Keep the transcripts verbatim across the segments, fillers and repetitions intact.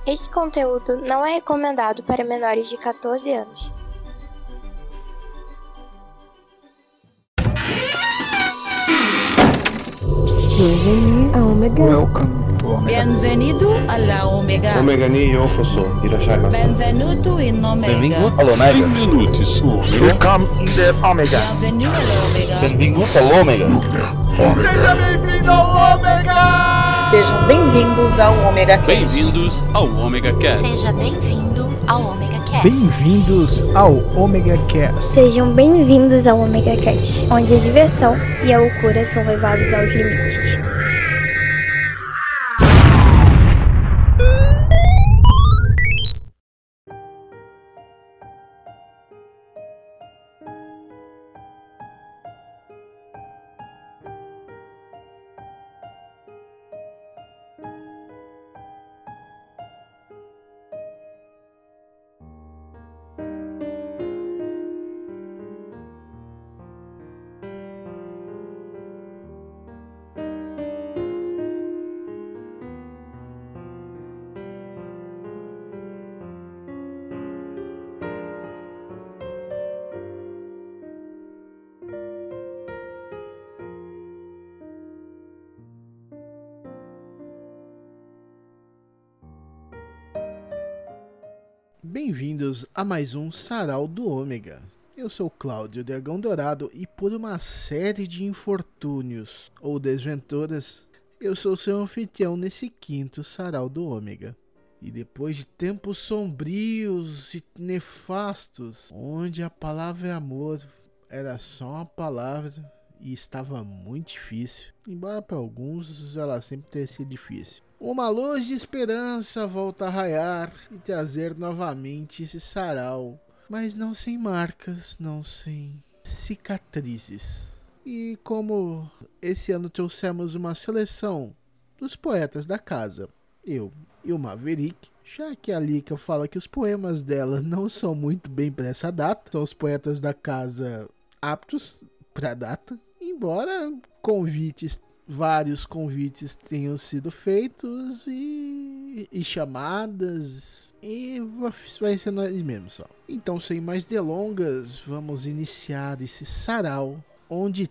Este conteúdo não é recomendado para menores de catorze anos. Bienvenue à Omega. Welcome to Omega. Bienvenido alla Omega. Omega ni yokoso. Irashaimase. Benvenuto in Omega. Benvingut all'Omega. Benvenuti su Omega. Welcome in the Omega. Bienvenido all'Omega. Benvingut all'Omega. Seja bem-vindo ao Omega! Sejam bem-vindos ao Omega Cast. Bem-vindos ao Omega Cast. Seja bem-vindo ao Omega Cast. Bem-vindos ao Omega Cast. Sejam bem-vindos ao Omega Cast, onde a diversão e a loucura são levados aos limites. Bem-vindos a mais um Sarau do Ômega. Eu sou Cláudio Dragão Dourado e por uma série de infortúnios ou desventuras, eu sou seu anfitrião nesse quinto Sarau do Ômega. E depois de tempos sombrios e nefastos, onde a palavra amor era só uma palavra e estava muito difícil, embora para alguns ela sempre tenha sido difícil, uma luz de esperança volta a raiar e trazer novamente esse sarau, mas não sem marcas, não sem cicatrizes. E como esse ano trouxemos uma seleção dos poetas da casa, eu e o Maverick, já que a Lika fala que os poemas dela não são muito bem para essa data, são os poetas da casa aptos para a data, embora convites vários convites tenham sido feitos e, e chamadas, e vai ser nós mesmos só. Então, sem mais delongas, vamos iniciar esse sarau, onde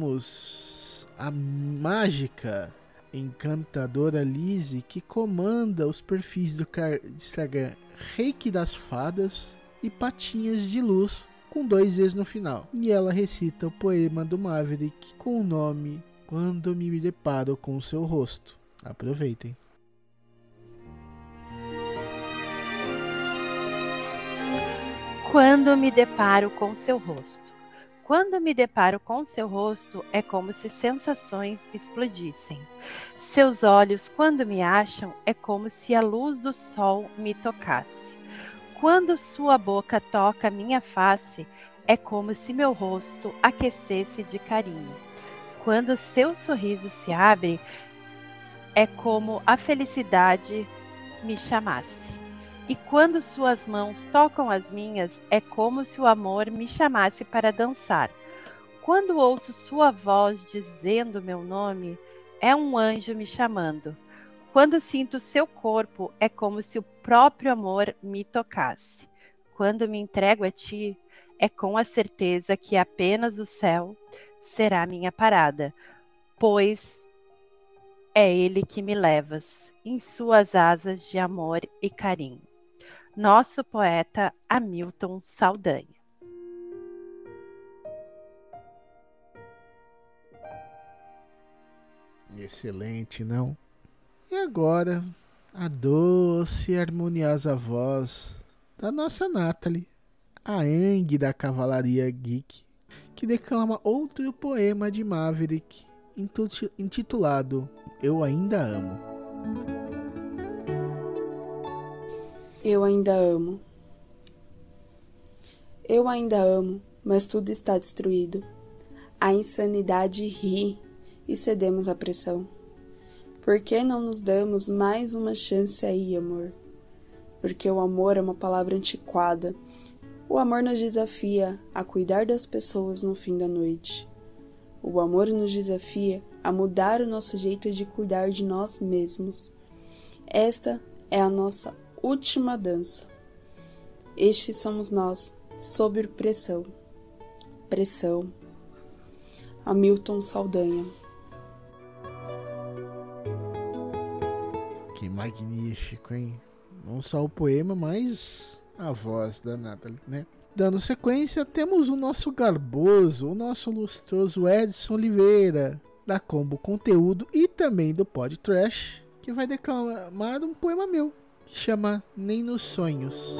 temos a mágica encantadora Lizzie, que comanda os perfis do Instagram Reiki das Fadas e Patinhas de Luz, com dois Es no final. E ela recita o poema do Maverick com o nome Quando Me Deparo com Seu Rosto. Aproveitem. Quando me deparo com seu rosto. Quando me deparo com seu rosto, é como se sensações explodissem. Seus olhos, quando me acham, é como se a luz do sol me tocasse. Quando sua boca toca minha face, é como se meu rosto aquecesse de carinho. Quando seu sorriso se abre, é como a felicidade me chamasse. E quando suas mãos tocam as minhas, é como se o amor me chamasse para dançar. Quando ouço sua voz dizendo meu nome, é um anjo me chamando. Quando sinto seu corpo, é como se o próprio amor me tocasse. Quando me entrego a ti, é com a certeza que apenas o céu será minha parada, pois é ele que me levas em suas asas de amor e carinho. Nosso poeta Hamilton Saldanha. Excelente, não? E agora, a doce e harmoniosa voz da nossa Nathalie, a Eng da Cavalaria Geek, que declama outro poema de Maverick, intitulado Eu Ainda Amo. Eu ainda amo. Eu ainda amo, mas tudo está destruído. A insanidade ri e cedemos à pressão. Por que não nos damos mais uma chance aí, amor? Porque o amor é uma palavra antiquada. O amor nos desafia a cuidar das pessoas no fim da noite. O amor nos desafia a mudar o nosso jeito de cuidar de nós mesmos. Esta é a nossa última dança. Estes somos nós, sob pressão. Pressão. Hamilton Saldanha. Que magnífico, hein? Não só o poema, mas a voz da Nathalie, né? Dando sequência, temos o nosso garboso, o nosso lustroso Edson Oliveira, da Combo Conteúdo e também do Pod Trash, que vai declamar um poema meu, que chama Nem nos Sonhos.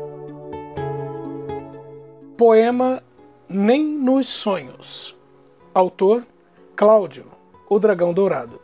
Poema Nem nos Sonhos. Autor, Cláudio, o Dragão Dourado.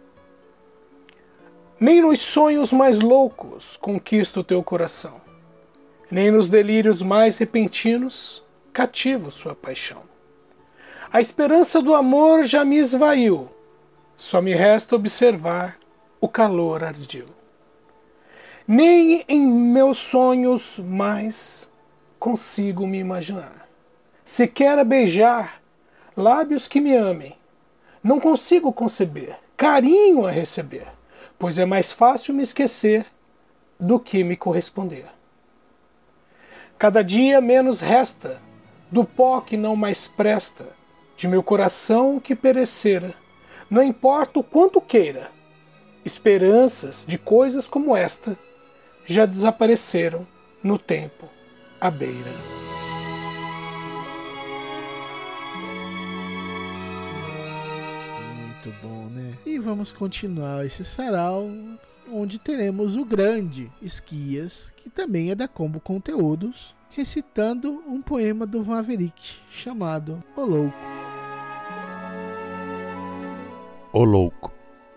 Nem nos sonhos mais loucos conquisto teu coração, nem nos delírios mais repentinos cativo sua paixão. A esperança do amor já me esvaiu, só me resta observar o calor ardil. Nem em meus sonhos mais consigo me imaginar, sequer a beijar lábios que me amem. Não consigo conceber carinho a receber, pois é mais fácil me esquecer do que me corresponder. Cada dia menos resta do pó que não mais presta, de meu coração que perecera. Não importa o quanto queira, esperanças de coisas como esta já desapareceram no tempo à beira. Muito bom, né? E vamos continuar esse sarau, onde teremos o grande Esquias, que também é da Combo Conteúdos, recitando um poema do Maverick, chamado O Louco. O Louco.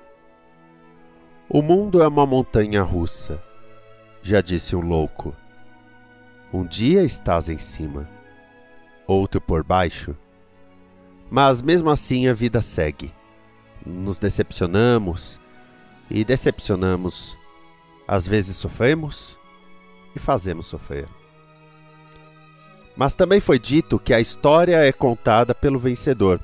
O mundo é uma montanha russa, já disse um louco. Um dia estás em cima, outro por baixo, mas mesmo assim a vida segue. Nos decepcionamos e decepcionamos. Às vezes sofremos e fazemos sofrer. Mas também foi dito que a história é contada pelo vencedor.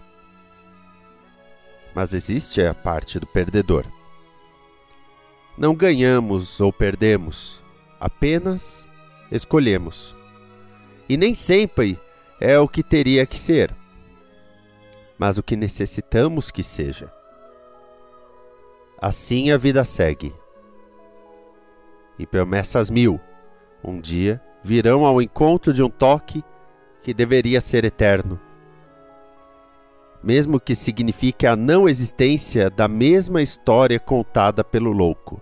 Mas existe a parte do perdedor. Não ganhamos ou perdemos, apenas escolhemos. E nem sempre é o que teria que ser, mas o que necessitamos que seja. Assim a vida segue. E promessas mil, um dia, virão ao encontro de um toque que deveria ser eterno, mesmo que signifique a não existência da mesma história contada pelo louco.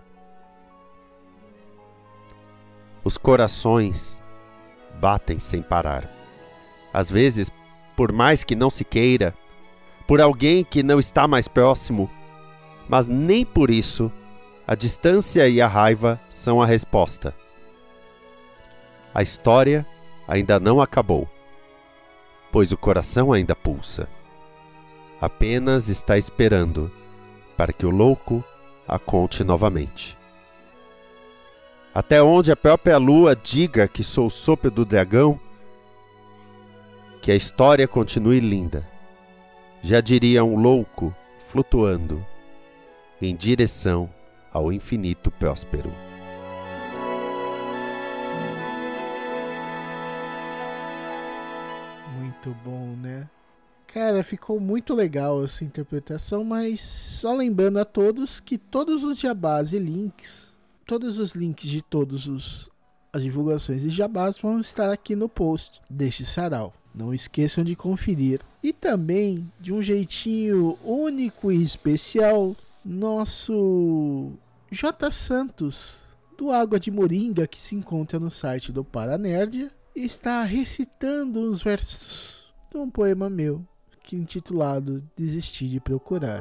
Os corações batem sem parar. Às vezes, por mais que não se queira, por alguém que não está mais próximo, mas nem por isso a distância e a raiva são a resposta. A história ainda não acabou, pois o coração ainda pulsa. Apenas está esperando para que o louco a conte novamente. Até onde a própria lua diga que sou o sopro do dragão, que a história continue linda. Já diria um louco flutuando em direção ao infinito próspero. Muito bom, né? Cara, ficou muito legal essa interpretação, mas só lembrando a todos que todos os jabás e links, todos os links de todas as divulgações e jabás vão estar aqui no post deste sarau. Não esqueçam de conferir. E também, de um jeitinho único e especial, nosso J. Santos, do Água de Moringa, que se encontra no site do Paranerd, está recitando uns versos de um poema meu, que é intitulado Desistir de Procurar.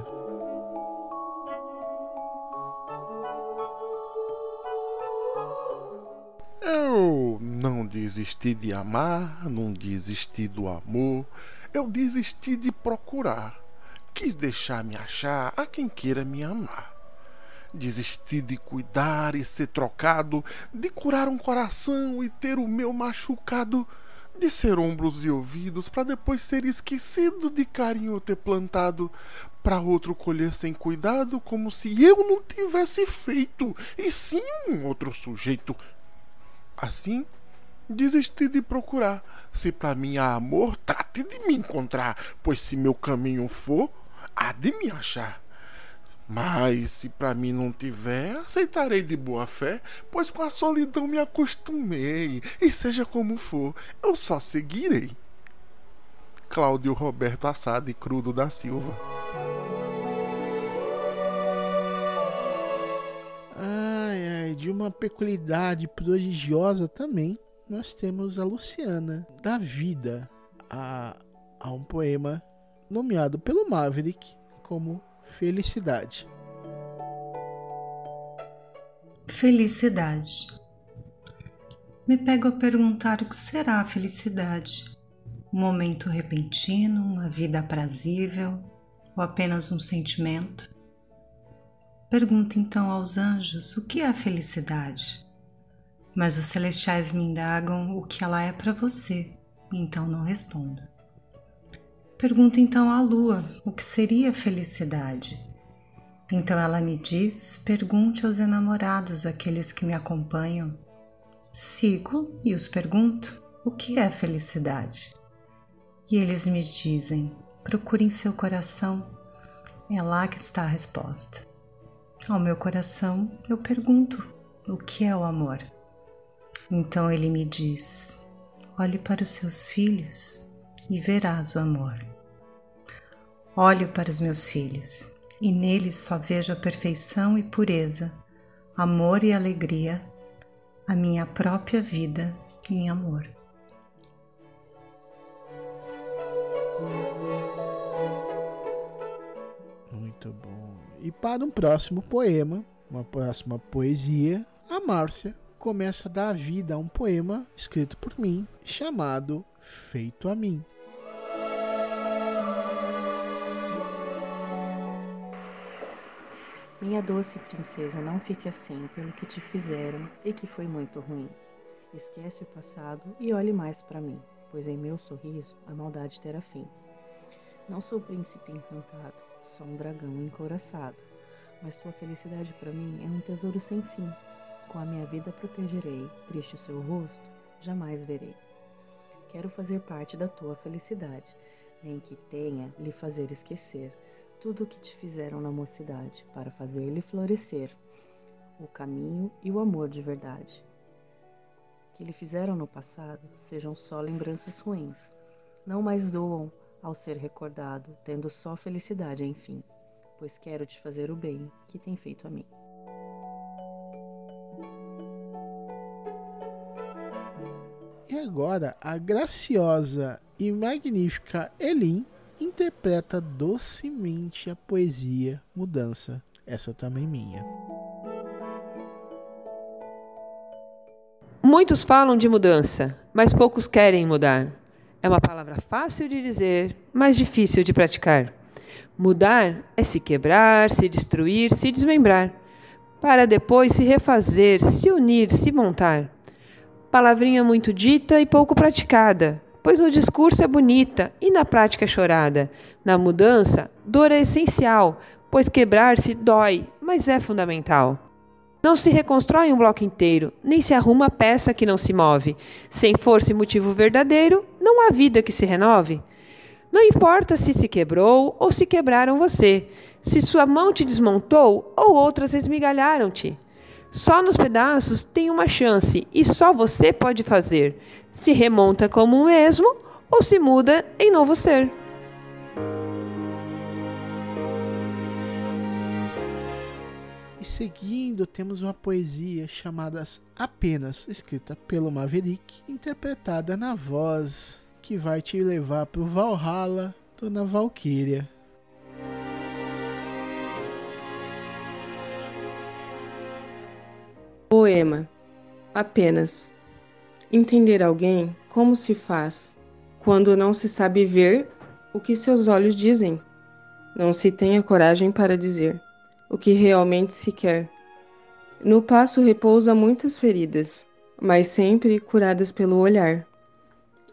Eu não desisti de amar, não desisti do amor, eu desisti de procurar. Quis deixar me achar a quem queira me amar. Desisti de cuidar e ser trocado, de curar um coração e ter o meu machucado. de ser ombros e ouvidos para depois ser esquecido de carinho ter plantado, para outro colher sem cuidado, como se eu não tivesse feito, e sim um outro sujeito. Assim, desisti de procurar. Se para mim há amor, trate de me encontrar, pois se meu caminho for, há de me achar. Mas se para mim não tiver, aceitarei de boa fé, pois com a solidão me acostumei, e seja como for, eu só seguirei. Cláudio Roberto Assad Crudo da Silva. Ai, ai, de uma peculiaridade prodigiosa também, nós temos a Luciana, da vida, a, a um poema nomeado pelo Maverick como Felicidade. Felicidade. Me pego a perguntar o que será a felicidade. Um momento repentino, uma vida aprazível ou apenas um sentimento? Pergunto então aos anjos o que é a felicidade. Mas os celestiais me indagam o que ela é para você, e então não respondo. Pergunto então à lua o que seria felicidade. Então ela me diz, pergunte aos enamorados, aqueles que me acompanham. Sigo e os pergunto, o que é felicidade? E eles me dizem, procure em seu coração, é lá que está a resposta. Ao meu coração eu pergunto, o que é o amor? Então ele me diz, olhe para os seus filhos e verás o amor. Olho para os meus filhos e neles só vejo a perfeição e pureza, amor e alegria, a minha própria vida em amor. Muito bom. E para um próximo poema, uma próxima poesia, a Márcia começa a dar vida a um poema escrito por mim, chamado Feito a Mim. Minha doce princesa, não fique assim pelo que te fizeram e que foi muito ruim. Esquece o passado e olhe mais para mim, pois em meu sorriso a maldade terá fim. Não sou príncipe encantado, sou um dragão encouraçado, mas tua felicidade para mim é um tesouro sem fim. Com a minha vida protegerei, triste o seu rosto, jamais verei. Quero fazer parte da tua felicidade, nem que tenha lhe fazer esquecer tudo o que te fizeram na mocidade, para fazer-lhe florescer o caminho e o amor de verdade. Que lhe fizeram no passado sejam só lembranças ruins, não mais doam ao ser recordado, tendo só felicidade enfim, pois quero te fazer o bem que tem feito a mim. E agora a graciosa e magnífica Elin interpreta docemente a poesia Mudança, essa também minha. Muitos falam de mudança, mas poucos querem mudar. É uma palavra fácil de dizer, mas difícil de praticar. Mudar é se quebrar, se destruir, se desmembrar, para depois se refazer, se unir, se montar. Palavrinha muito dita e pouco praticada, pois no discurso é bonita e na prática é chorada. Na mudança, dor é essencial, pois quebrar-se dói, mas é fundamental. Não se reconstrói um bloco inteiro, nem se arruma peça que não se move. Sem força e motivo verdadeiro, não há vida que se renove. Não importa se se quebrou ou se quebraram você, se sua mão te desmontou ou outras esmigalharam-te. Só nos pedaços tem uma chance e só você pode fazer. Se remonta como um mesmo ou se muda em novo ser. E seguindo, temos uma poesia chamada Apenas, escrita pelo Maverick, interpretada na voz que vai te levar para o Valhalla, Dona Valquíria. Poema. Apenas. Entender alguém como se faz quando não se sabe ver o que seus olhos dizem. Não se tem a coragem para dizer o que realmente se quer. No passo repousa muitas feridas, mas sempre curadas pelo olhar.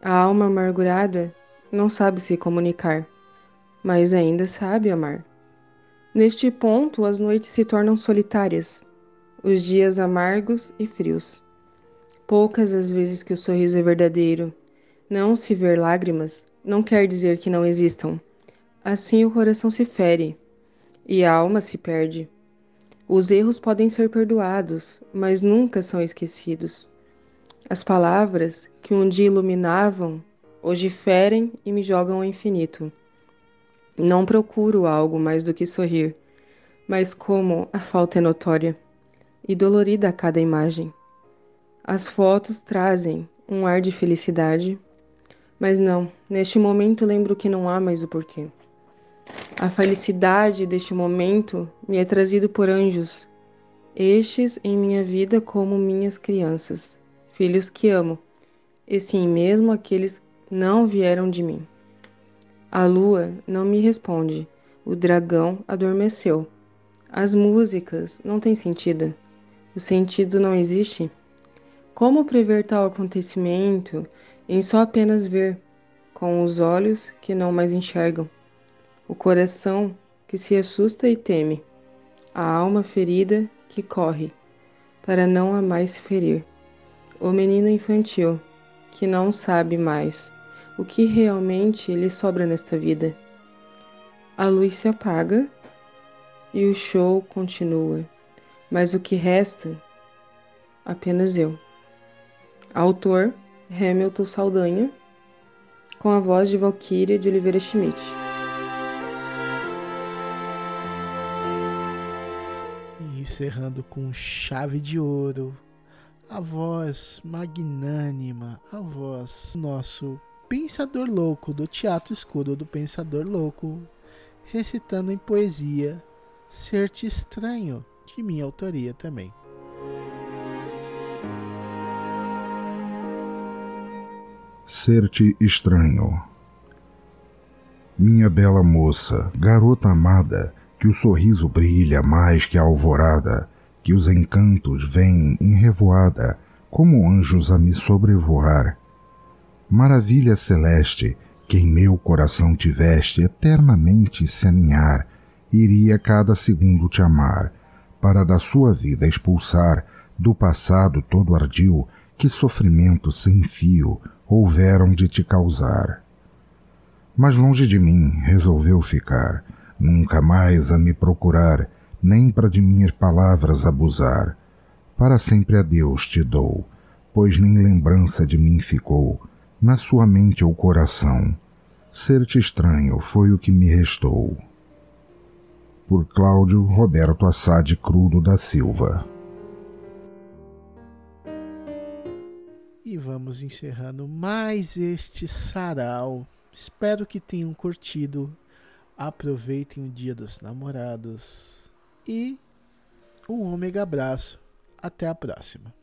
A alma amargurada não sabe se comunicar, mas ainda sabe amar. Neste ponto, as noites se tornam solitárias, os dias amargos e frios. Poucas as vezes que o sorriso é verdadeiro. Não se ver lágrimas não quer dizer que não existam. Assim o coração se fere e a alma se perde. Os erros podem ser perdoados, mas nunca são esquecidos. As palavras que um dia iluminavam, hoje ferem e me jogam ao infinito. Não procuro algo mais do que sorrir, mas como a falta é notória e dolorida a cada imagem. As fotos trazem um ar de felicidade, mas não, neste momento lembro que não há mais o porquê. A felicidade deste momento me é trazido por anjos, estes em minha vida como minhas crianças, filhos que amo, e sim mesmo aqueles que não vieram de mim. A lua não me responde, o dragão adormeceu. As músicas não têm sentido, o sentido não existe. Como prever tal acontecimento em só apenas ver, com os olhos que não mais enxergam, o coração que se assusta e teme, a alma ferida que corre, para não a mais se ferir, o menino infantil que não sabe mais o que realmente lhe sobra nesta vida. A luz se apaga e o show continua, mas o que resta, apenas eu. Autor Hamilton Saldanha, com a voz de Valquíria de Oliveira Schmidt. E encerrando com chave de ouro, a voz magnânima, a voz do nosso Pensador Louco, do Teatro Escuro do Pensador Louco, recitando em poesia Ser-te Estranho, de minha autoria também. Ser-te estranho. Minha bela moça, garota amada, que o sorriso brilha mais que a alvorada, que os encantos vêm em revoada, como anjos a me sobrevoar. Maravilha celeste, que em meu coração tiveste eternamente se aninhar, iria cada segundo te amar, para da sua vida expulsar do passado todo ardil que sofrimento sem fio houveram de te causar. Mas longe de mim resolveu ficar, nunca mais a me procurar, nem para de minhas palavras abusar. Para sempre a Deus te dou, pois nem lembrança de mim ficou, na sua mente ou coração. Ser-te estranho foi o que me restou. Por Cláudio Roberto Assad Crudo da Silva. E vamos encerrando mais este sarau. Espero que tenham curtido. Aproveitem o Dia dos Namorados. E um ômega abraço. Até a próxima.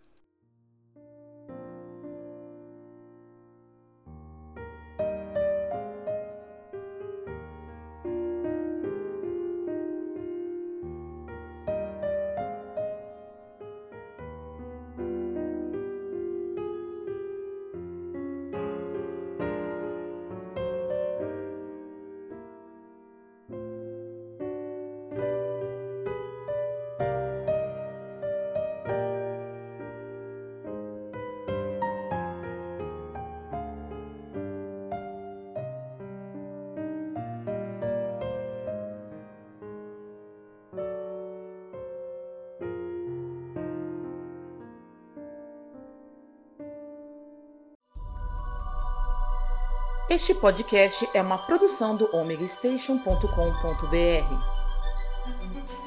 Este podcast é uma produção do omega station ponto com ponto b r.